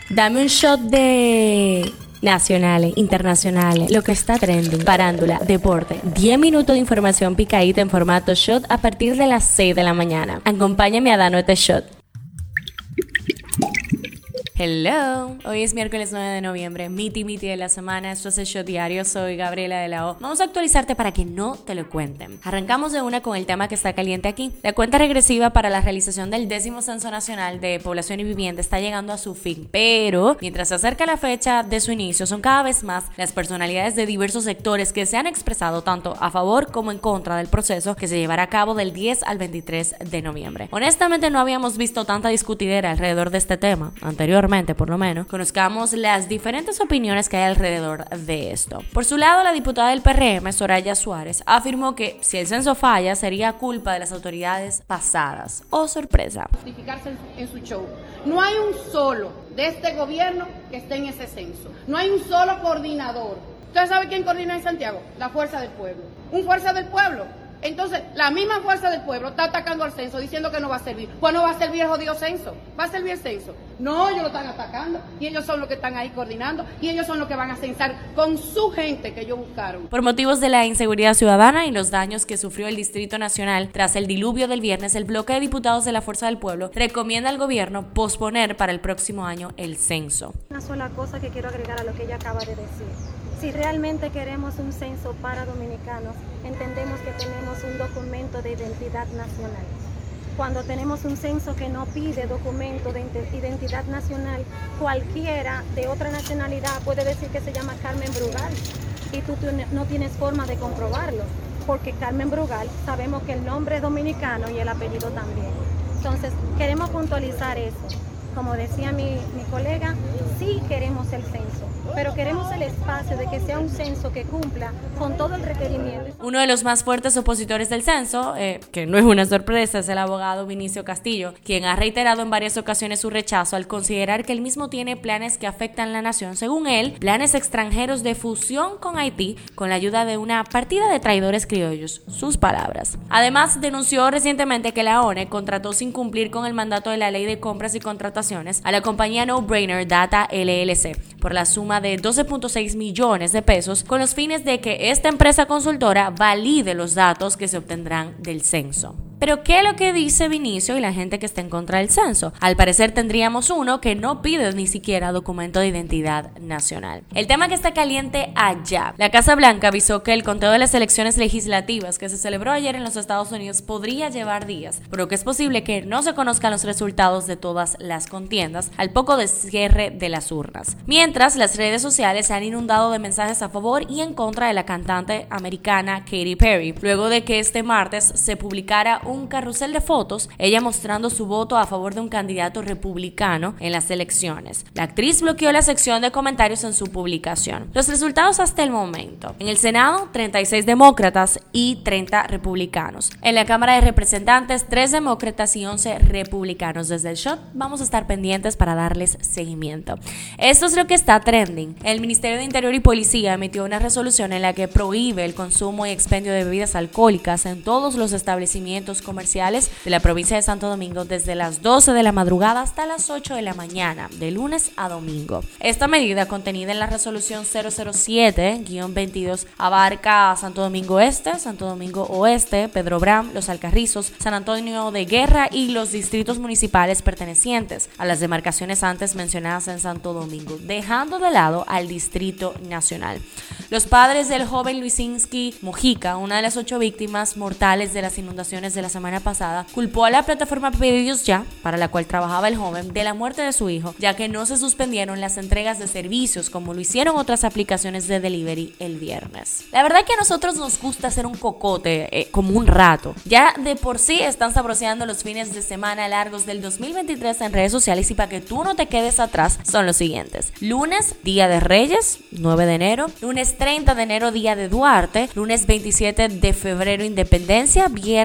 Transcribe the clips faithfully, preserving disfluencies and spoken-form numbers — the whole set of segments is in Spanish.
Dame un shot de nacionales, internacionales, lo que está trending, farándula, deporte. diez minutos de información picadita en formato shot a partir de las seis de la mañana. Acompáñame a darnos este shot. Hello, hoy es miércoles nueve de noviembre, miti miti de la semana, esto es el Shot Diario, soy Gabriela de la O. Vamos a actualizarte para que no te lo cuenten. Arrancamos de una con el tema que está caliente aquí. La cuenta regresiva para la realización del décimo Censo Nacional de Población y Vivienda está llegando a su fin, pero mientras se acerca la fecha de su inicio, son cada vez más las personalidades de diversos sectores que se han expresado tanto a favor como en contra del proceso que se llevará a cabo del diez al veintitrés de noviembre. Honestamente no habíamos visto tanta discutidera alrededor de este tema anteriormente, por lo menos, conozcamos las diferentes opiniones que hay alrededor de esto. Por su lado, la diputada del P R M, Soraya Suárez, afirmó que si el censo falla, sería culpa de las autoridades pasadas. ¡Oh, sorpresa! Justificarse en su show. No hay un solo de este gobierno que esté en ese censo. No hay un solo coordinador. ¿Usted sabe quién coordina en Santiago? La Fuerza del Pueblo. ¿Un Fuerza del Pueblo? Entonces, la misma Fuerza del Pueblo está atacando al censo, diciendo que no va a servir. Pues no va a servir el jodido censo. ¿Va a servir el censo? No, ellos lo están atacando y ellos son los que están ahí coordinando y ellos son los que van a censar con su gente que ellos buscaron. Por motivos de la inseguridad ciudadana y los daños que sufrió el Distrito Nacional tras el diluvio del viernes, el bloque de diputados de la Fuerza del Pueblo recomienda al gobierno posponer para el próximo año el censo. Una sola cosa que quiero agregar a lo que ella acaba de decir. Si realmente queremos un censo para dominicanos, entendemos que tenemos un documento de identidad nacional. Cuando tenemos un censo que no pide documento de identidad nacional, cualquiera de otra nacionalidad puede decir que se llama Carmen Brugal y tú no tienes forma de comprobarlo, porque Carmen Brugal sabemos que el nombre es dominicano y el apellido también. Entonces, queremos puntualizar eso. Como decía mi, mi colega, sí queremos el censo, pero queremos el espacio de que sea un censo que cumpla con todo el requerimiento. Uno de los más fuertes opositores del censo, eh, que no es una sorpresa, es el abogado Vinicio Castillo, quien ha reiterado en varias ocasiones su rechazo al considerar que el mismo tiene planes que afectan la nación. Según él, planes extranjeros de fusión con Haití con la ayuda de una partida de traidores criollos, sus palabras. Además, denunció recientemente que la O N E contrató sin cumplir con el mandato de la Ley de Compras y Contrataciones a la compañía No Brainer Data L L C por la suma de doce punto seis millones de pesos con los fines de que esta empresa consultora valide los datos que se obtendrán del censo. Pero ¿qué es lo que dice Vinicio y la gente que está en contra del censo? Al parecer tendríamos uno que no pide ni siquiera documento de identidad nacional. El tema que está caliente allá. La Casa Blanca avisó que el conteo de las elecciones legislativas que se celebró ayer en los Estados Unidos podría llevar días, por lo que es posible que no se conozcan los resultados de todas las contiendas al poco de cierre de las urnas. Mientras, las redes sociales se han inundado de mensajes a favor y en contra de la cantante americana Katy Perry, luego de que este martes se publicara un carrusel de fotos, ella mostrando su voto a favor de un candidato republicano en las elecciones. La actriz bloqueó la sección de comentarios en su publicación. Los resultados hasta el momento. En el Senado, treinta y seis demócratas y treinta republicanos. En la Cámara de Representantes, tres demócratas y once republicanos. Desde el shot vamos a estar pendientes para darles seguimiento. Esto es lo que está trending. El Ministerio de Interior y Policía emitió una resolución en la que prohíbe el consumo y expendio de bebidas alcohólicas en todos los establecimientos comerciales de la provincia de Santo Domingo desde las doce de la madrugada hasta las ocho de la mañana, de lunes a domingo. Esta medida, contenida en la resolución cero cero siete guión veintidós, abarca a Santo Domingo Este, Santo Domingo Oeste, Pedro Bram, Los Alcarrizos, San Antonio de Guerra y los distritos municipales pertenecientes a las demarcaciones antes mencionadas en Santo Domingo, dejando de lado al Distrito Nacional. Los padres del joven Luisinski Mojica, una de las ocho víctimas mortales de las inundaciones de la semana pasada, culpó a la plataforma Pedidos Ya, para la cual trabajaba el joven, de la muerte de su hijo, ya que no se suspendieron las entregas de servicios como lo hicieron otras aplicaciones de delivery el viernes. La verdad que a nosotros nos gusta hacer un cocote eh, como un rato. Ya de por sí están sabroseando los fines de semana largos del dos mil veintitrés en redes sociales y para que tú no te quedes atrás son los siguientes. Lunes, Día de Reyes, nueve de enero. Lunes treinta de enero, Día de Duarte. Lunes veintisiete de febrero, Independencia. Viernes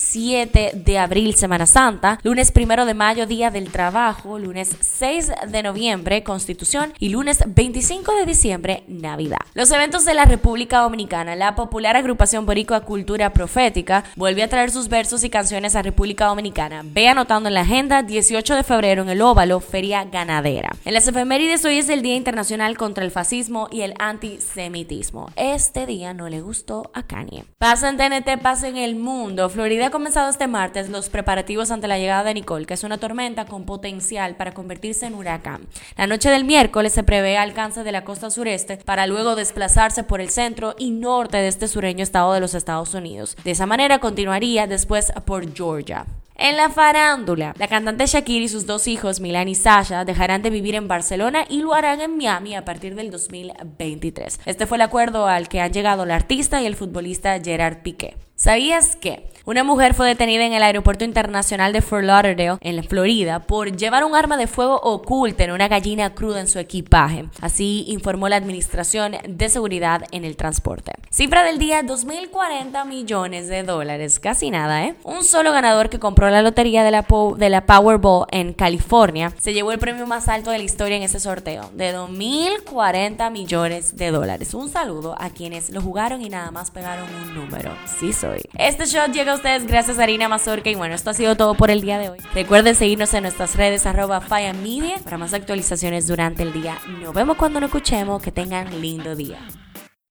siete de abril, Semana Santa, lunes primero de mayo, Día del Trabajo, lunes seis de noviembre, Constitución, y lunes veinticinco de diciembre, Navidad. Los eventos de la República Dominicana. La popular agrupación boricua Cultura Profética vuelve a traer sus versos y canciones a República Dominicana. Ve anotando en la agenda, dieciocho de febrero en el Óvalo, Feria Ganadera. En las efemérides, hoy es el Día Internacional contra el Fascismo y el Antisemitismo. Este día no le gustó a Kanye. Pasa en T N T, pasa en el mundo. Florida ha comenzado este martes los preparativos ante la llegada de Nicole, que es una tormenta con potencial para convertirse en huracán. La noche del miércoles se prevé alcance de la costa sureste para luego desplazarse por el centro y norte de este sureño estado de los Estados Unidos. De esa manera continuaría después por Georgia. En la farándula, la cantante Shakira y sus dos hijos, Milán y Sasha, dejarán de vivir en Barcelona y lo harán en Miami a partir del dos mil veintitrés. Este fue el acuerdo al que han llegado la artista y el futbolista Gerard Piqué. ¿Sabías que una mujer fue detenida en el aeropuerto internacional de Fort Lauderdale, en Florida, por llevar un arma de fuego oculta en una gallina cruda en su equipaje? Así informó la Administración de Seguridad en el Transporte. Cifra del día, dos mil cuarenta millones de dólares. Casi nada, ¿eh? Un solo ganador que compró la lotería de la, po- de la Powerball en California se llevó el premio más alto de la historia en ese sorteo, de dos mil cuarenta millones de dólares. Un saludo a quienes lo jugaron y nada más pegaron un número. Sí soy. Este shot llega a ustedes gracias a Harina Mazorca y bueno, esto ha sido todo por el día de hoy. Recuerden seguirnos en nuestras redes arroba Faya Media para más actualizaciones durante el día. Nos vemos cuando nos escuchemos. Que tengan lindo día.